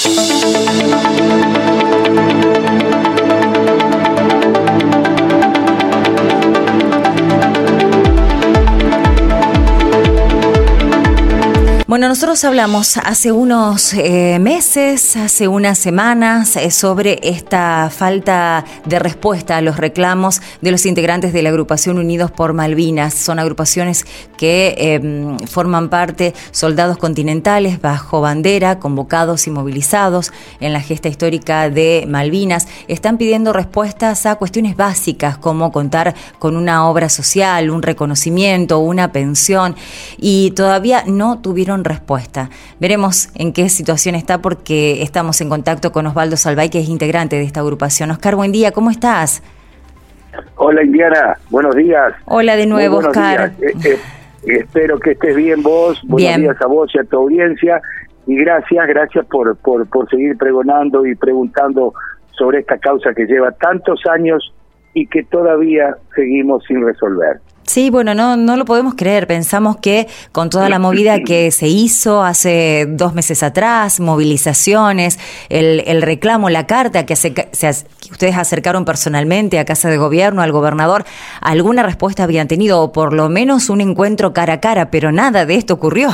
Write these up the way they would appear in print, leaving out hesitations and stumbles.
Bueno, nosotros hablamos hace unos meses, hace unas semanas, sobre esta falta de respuesta a los reclamos de los integrantes de la agrupación Unidos por Malvinas. Son agrupaciones que forman parte soldados continentales bajo bandera, convocados y movilizados en la gesta histórica de Malvinas. Están pidiendo respuestas a cuestiones básicas como contar con una obra social, un reconocimiento, una pensión, y todavía no tuvieron respuesta. Veremos en qué situación está, porque estamos en contacto con Osvaldo Salvay, que es integrante de esta agrupación. Oscar, buen día, ¿cómo estás? Hola, Indiana, buenos días. Hola de nuevo, Oscar. Espero que estés bien vos, buenos días a vos y a tu audiencia, y gracias por seguir pregonando y preguntando sobre esta causa que lleva tantos años y que todavía seguimos sin resolver. Sí, bueno, no lo podemos creer. Pensamos que con toda la movida que se hizo hace 2 meses atrás, movilizaciones, el reclamo, la carta que ustedes acercaron personalmente a Casa de Gobierno, al gobernador, alguna respuesta habían tenido, o por lo menos un encuentro cara a cara, pero nada de esto ocurrió.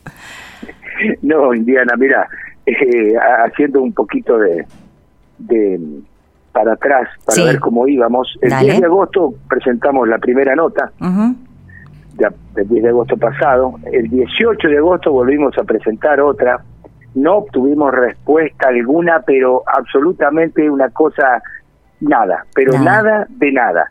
No, Indiana, mira, haciendo un poquito de para atrás, para ver cómo íbamos. El 10 de agosto presentamos la primera nota, el 10 de agosto pasado. El 18 de agosto volvimos a presentar otra. No obtuvimos respuesta alguna, pero absolutamente una cosa, nada de nada.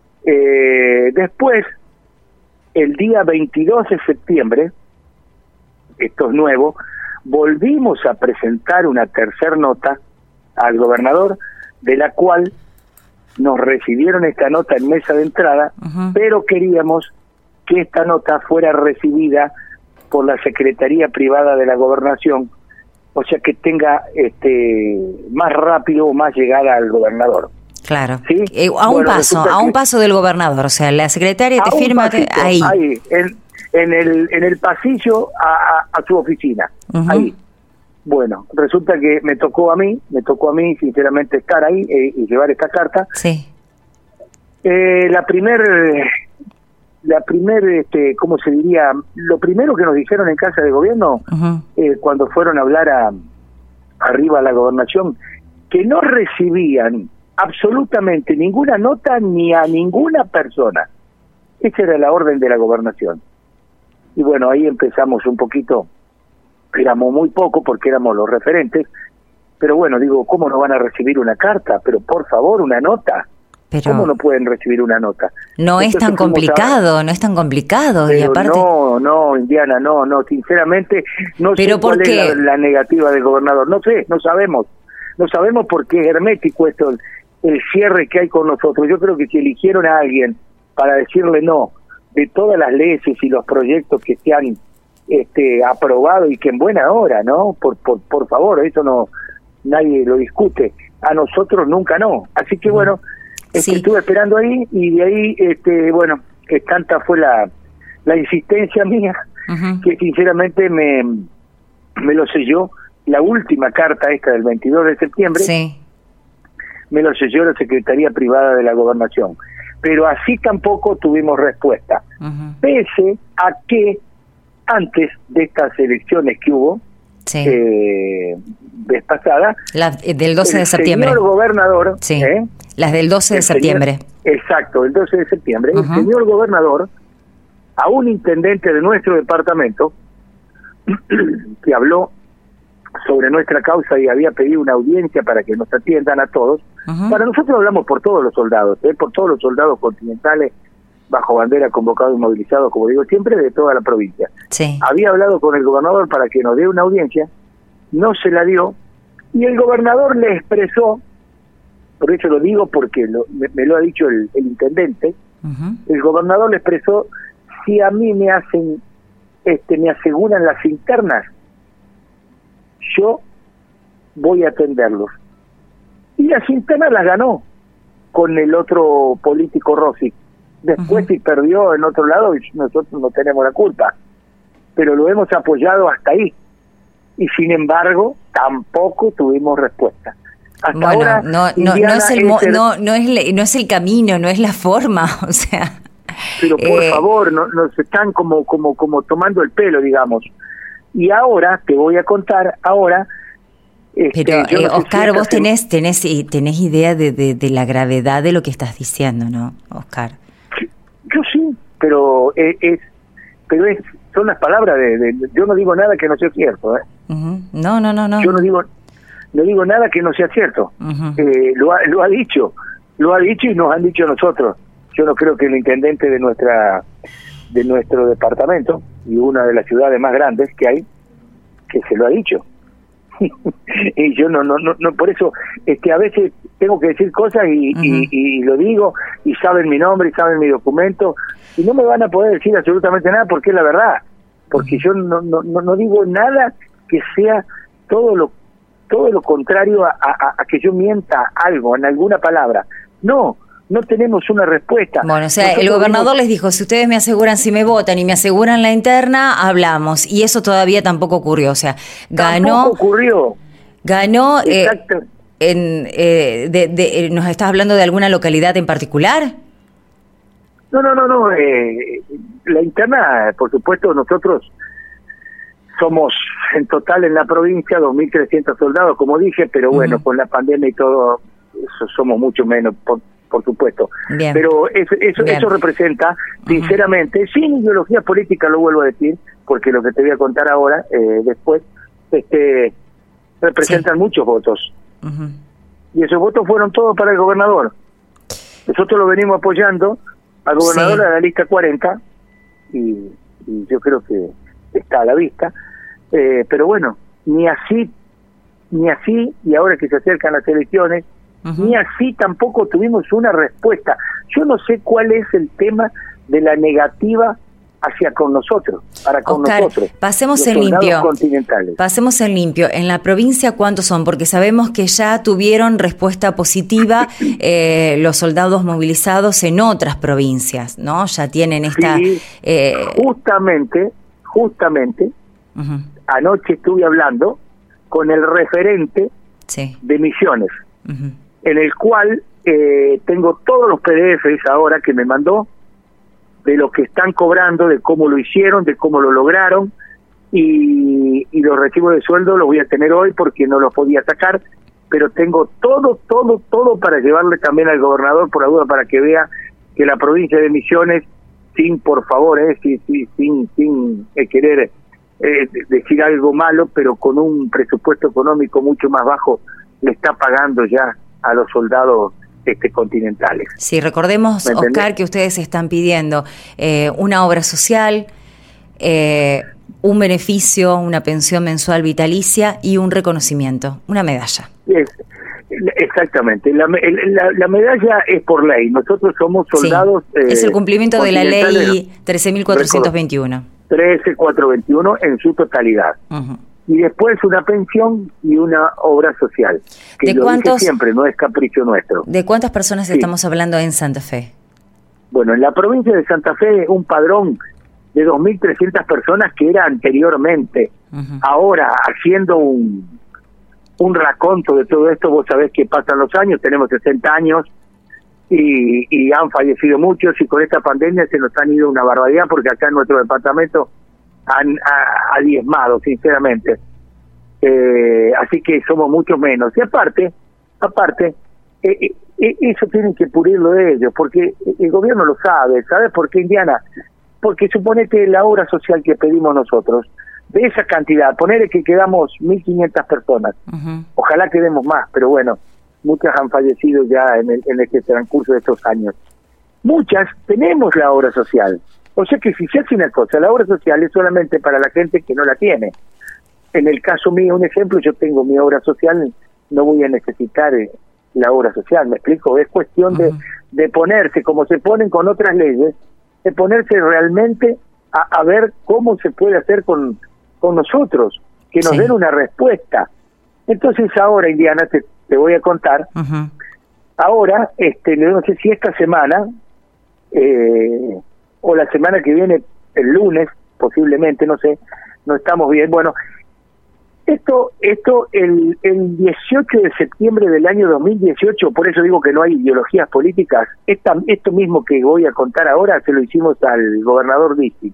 Después, el día 22 de septiembre, esto es nuevo, volvimos a presentar una tercera nota al gobernador, de la cual nos recibieron esta nota en mesa de entrada, pero queríamos que esta nota fuera recibida por la Secretaría Privada de la Gobernación, o sea que tenga más rápido o más llegada al gobernador. Claro. ¿Sí? A un paso del gobernador, o sea, la secretaria te firma ahí en el pasillo a su oficina, ahí. Bueno, resulta que me tocó a mí sinceramente estar ahí y llevar esta carta. Sí. La primer, ¿cómo se diría? Lo primero que nos dijeron en Casa de Gobierno, cuando fueron a hablar arriba a la gobernación, que no recibían absolutamente ninguna nota ni a ninguna persona. Esa era la orden de la gobernación. Y bueno, ahí empezamos un poquito. Éramos muy poco porque éramos los referentes, pero bueno, digo, ¿cómo no van a recibir una carta? Pero por favor, una nota. Pero ¿cómo no pueden recibir una nota? No es tan complicado, no es tan complicado. Pero y aparte... No, Indiana, no, sinceramente, no sé cuál es la negativa del gobernador. No sé, no sabemos porque es hermético esto, el cierre que hay con nosotros. Yo creo que si eligieron a alguien para decirle no, de todas las leyes y los proyectos que se han aprobado y que en buena hora, ¿no? Por favor, eso no, nadie lo discute. A nosotros nunca no. Así que bueno, estuve esperando ahí y de ahí, bueno, que tanta fue la insistencia mía, que sinceramente me lo selló la última carta esta del 22 de septiembre, me lo selló la Secretaría Privada de la Gobernación. Pero así tampoco tuvimos respuesta, pese a que antes de estas elecciones que hubo, vez pasada, del 12 de septiembre. El señor gobernador... las del 12 de septiembre. Exacto, el 12 de septiembre. El señor gobernador, a un intendente de nuestro departamento, que habló sobre nuestra causa y había pedido una audiencia para que nos atiendan a todos. Para nosotros hablamos por todos los soldados, por todos los soldados continentales, bajo bandera, convocados y movilizados, como digo siempre, de toda la provincia. Había hablado con el gobernador para que nos dé una audiencia, no se la dio, y el gobernador le expresó, por eso lo digo porque me lo ha dicho el intendente, el gobernador le expresó, si a mí me hacen, me aseguran las internas, yo voy a atenderlos. Y las internas las ganó con el otro político Rossi. Después si perdió en otro lado, nosotros no tenemos la culpa, pero lo hemos apoyado hasta ahí. y sin embargo tampoco tuvimos respuesta. Hasta bueno, ahora, no es el camino, no es la forma, o sea. Pero por favor, nos están como tomando el pelo, digamos. Y ahora te voy a contar, pero Oscar, vos tenés idea de la gravedad de lo que estás diciendo, ¿no, Oscar? Yo sí, pero son las palabras yo no digo nada que no sea cierto, ¿eh? Uh-huh. No. Yo no digo nada que no sea cierto. Uh-huh. Lo ha dicho y nos han dicho nosotros. Yo no creo que el intendente de nuestro departamento, y una de las ciudades más grandes que hay, que se lo ha dicho. Y yo no, por eso a veces tengo que decir cosas y lo digo, y saben mi nombre y saben mi documento, y no me van a poder decir absolutamente nada porque es la verdad, porque yo no digo nada que sea todo lo contrario a que yo mienta algo en alguna palabra. No tenemos una respuesta. Bueno, o sea, el gobernador les dijo, si ustedes me aseguran, si me votan y me aseguran la interna, hablamos. Y eso todavía tampoco ocurrió. O sea, tampoco ocurrió. Ganó. Exacto. ¿Nos estás hablando de alguna localidad en particular? No. La interna, por supuesto, nosotros somos en total en la provincia 2.300 soldados, como dije, pero bueno, con la pandemia y todo, somos mucho menos, por supuesto. Bien. Pero eso representa, sinceramente, sin ideología política, lo vuelvo a decir, porque lo que te voy a contar ahora, después, representan muchos votos. Uh-huh. Y esos votos fueron todos para el gobernador. Nosotros lo venimos apoyando al gobernador a la lista 40, y yo creo que está a la vista. Pero bueno, ni así, y ahora que se acercan las elecciones, ni así tampoco tuvimos una respuesta. Yo no sé cuál es el tema de la negativa con nosotros, Oscar, nosotros. Pasemos en limpio. En la provincia, ¿cuántos son? Porque sabemos que ya tuvieron respuesta positiva los soldados movilizados en otras provincias, ¿no? Ya tienen esta... Sí, justamente, uh-huh. Anoche estuve hablando con el referente de Misiones, uh-huh. en el cual tengo todos los PDFs ahora que me mandó, de lo que están cobrando, de cómo lo hicieron, de cómo lo lograron, y los recibos de sueldo los voy a tener hoy porque no los podía sacar, pero tengo todo para llevarle también al gobernador, por la duda, para que vea que la provincia de Misiones, sin querer decir algo malo, pero con un presupuesto económico mucho más bajo, le está pagando ya a los soldados continentales. Sí, recordemos, Oscar, que ustedes están pidiendo una obra social, un beneficio, una pensión mensual vitalicia y un reconocimiento, una medalla. Exactamente, la medalla es por ley, nosotros somos soldados... Sí, es el cumplimiento de la ley 13.421. 13.421 en su totalidad. Uh-huh. Y después una pensión y una obra social, que lo dije siempre, no es capricho nuestro. ¿De cuántas personas estamos hablando en Santa Fe? Bueno, en la provincia de Santa Fe, un padrón de 2.300 personas que era anteriormente. Uh-huh. Ahora, haciendo un raconto de todo esto, vos sabés que pasan los años, tenemos 60 años y han fallecido muchos, y con esta pandemia se nos han ido una barbaridad, porque acá en nuestro departamento ha diezmado, sinceramente. Así que somos mucho menos. Y aparte, eso tienen que pulirlo ellos, porque el gobierno lo sabe. ¿Sabes por qué, Indiana? Porque suponete la obra social que pedimos nosotros, de esa cantidad, ponele que quedamos 1.500 personas. Uh-huh. Ojalá quedemos más, pero bueno, muchas han fallecido ya en este transcurso de estos años. Muchas tenemos la obra social. O sea que si se hace una cosa, la obra social es solamente para la gente que no la tiene. En el caso mío, un ejemplo, yo tengo mi obra social, no voy a necesitar la obra social, ¿me explico? Es cuestión de ponerse, como se ponen con otras leyes, de ponerse realmente a ver cómo se puede hacer con nosotros, que nos den una respuesta. Entonces ahora, Indiana, te voy a contar, uh-huh. Ahora, no sé si esta semana... o la semana que viene, el lunes, posiblemente, no sé, no estamos bien. Bueno, Esto el 18 de septiembre del año 2018, por eso digo que no hay ideologías políticas, esto mismo que voy a contar ahora se lo hicimos al gobernador Vicki.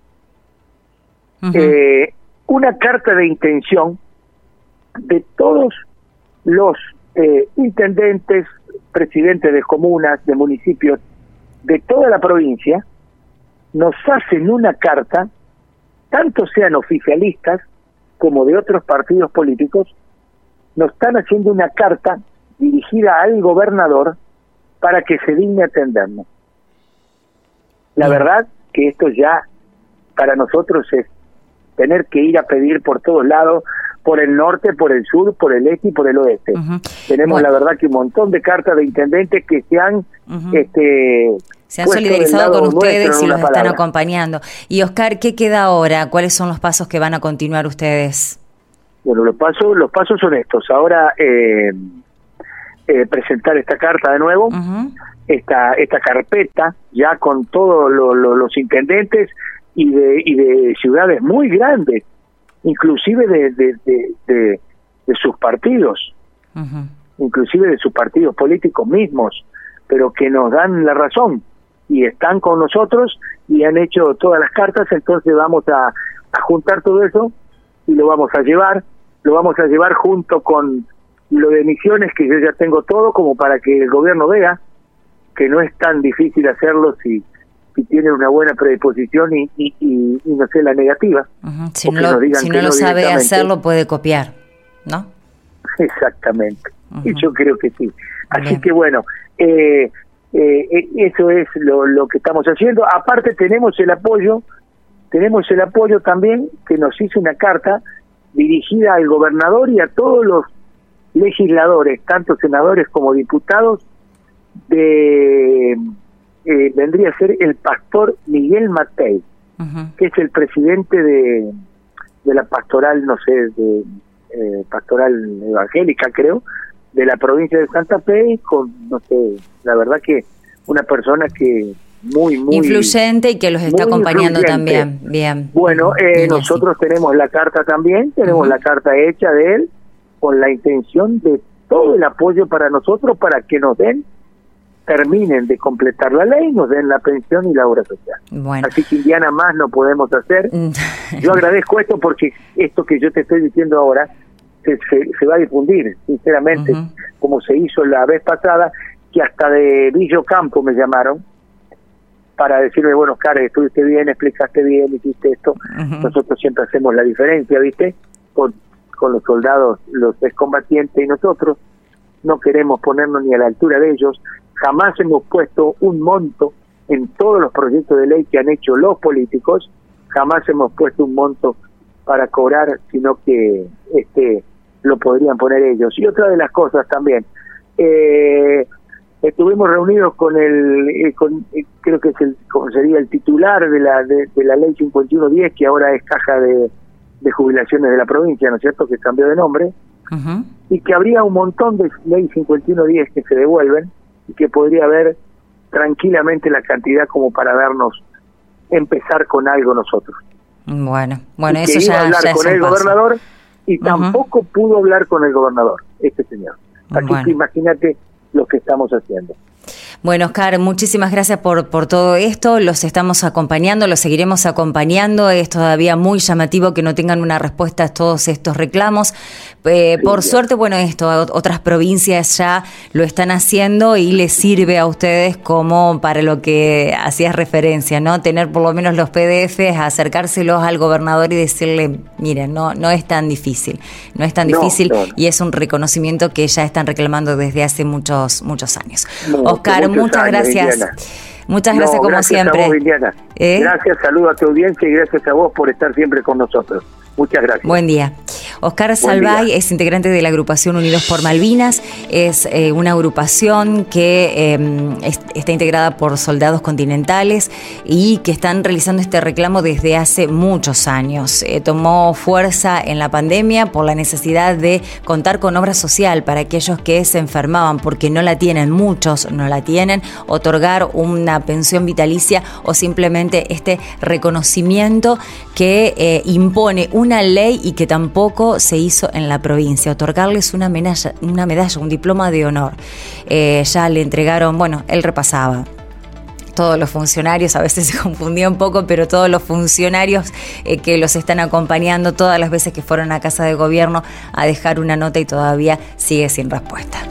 Una carta de intención de todos los intendentes, presidentes de comunas, de municipios, de toda la provincia, nos hacen una carta, tanto sean oficialistas como de otros partidos políticos, nos están haciendo una carta dirigida al gobernador para que se digne atendernos. La verdad que esto ya para nosotros es tener que ir a pedir por todos lados, por el norte, por el sur, por el este y por el oeste. Tenemos la verdad que un montón de cartas de intendentes que se han se han solidarizado con ustedes y los están acompañando. Y Oscar, ¿qué queda ahora? ¿Cuáles son los pasos que van a continuar ustedes? Bueno, los pasos son estos. Ahora presentar esta carta de nuevo, esta carpeta ya con todos los intendentes y de ciudades muy grandes, inclusive de sus partidos, inclusive de sus partidos políticos mismos, pero que nos dan la razón y están con nosotros y han hecho todas las cartas. Entonces vamos a juntar todo eso y lo vamos a llevar junto con lo de Misiones, que yo ya tengo todo, como para que el gobierno vea que no es tan difícil hacerlo si tiene una buena predisposición y no sé, la negativa. Si no lo sabe hacerlo, puede copiar, ¿no? Exactamente. Y yo creo que sí. Así que bueno, eso es lo que estamos haciendo. Aparte tenemos el apoyo también que nos hizo una carta dirigida al gobernador y a todos los legisladores, tanto senadores como diputados, vendría a ser el pastor Miguel Matei, que es el presidente de la pastoral, no sé, pastoral evangélica, creo, de la provincia de Santa Fe, no sé, la verdad que una persona que muy influyente y que los está acompañando también. Bien. Bueno, nosotros tenemos la carta también, tenemos la carta hecha de él, con la intención de todo el apoyo para nosotros, para que nos terminen de completar la ley, nos den la pensión y la obra social. Bueno. Así que Indiana, más no podemos hacer. Yo agradezco esto porque esto que yo te estoy diciendo ahora se va a difundir, sinceramente, como se hizo la vez pasada, que hasta de Villo Campo me llamaron para decirme, bueno, Oscar, estuviste bien, explicaste bien, hiciste esto. Nosotros siempre hacemos la diferencia, ¿viste? Con los soldados, los excombatientes, y nosotros no queremos ponernos ni a la altura de ellos. Jamás hemos puesto un monto en todos los proyectos de ley que han hecho los políticos, jamás hemos puesto un monto para cobrar, sino que lo podrían poner ellos. Y otra de las cosas también, estuvimos reunidos con creo que es sería el titular de la ley 5110, que ahora es Caja de Jubilaciones de la provincia, ¿no es cierto?, que cambió de nombre, y que habría un montón de ley 5110 que se devuelven, y que podría haber tranquilamente la cantidad como para empezar con algo nosotros. Bueno, y eso que ya iba a hablar con el gobernador y tampoco pudo hablar con el gobernador, este señor. Así que imagínate lo que estamos haciendo. Bueno, Oscar, muchísimas gracias por todo esto. Los estamos acompañando, los seguiremos acompañando. Es todavía muy llamativo que no tengan una respuesta a todos estos reclamos. Por suerte, bueno, otras provincias ya lo están haciendo y les sirve a ustedes como para lo que hacías referencia, ¿no? Tener por lo menos los PDFs, acercárselos al gobernador y decirle, miren, no es tan difícil, difícil, y es un reconocimiento que ya están reclamando desde hace muchos años. Oscar, muchas gracias. Indiana. Muchas gracias como gracias siempre. A vos, Indiana. Gracias, saludo a tu audiencia y gracias a vos por estar siempre con nosotros. Muchas gracias. Buen día. Oscar Salvay es integrante de la agrupación Unidos por Malvinas. Es una agrupación que está integrada por soldados continentales y que están realizando este reclamo desde hace muchos años. Tomó fuerza en la pandemia por la necesidad de contar con obra social para aquellos que se enfermaban porque no la tienen, muchos no la tienen, otorgar una pensión vitalicia o simplemente este reconocimiento que impone una ley y que tampoco poco se hizo en la provincia, otorgarles una medalla, un diploma de honor. Ya le entregaron, bueno, él repasaba todos los funcionarios, a veces se confundía un poco, pero todos los funcionarios que los están acompañando todas las veces que fueron a Casa de Gobierno a dejar una nota y todavía sigue sin respuesta.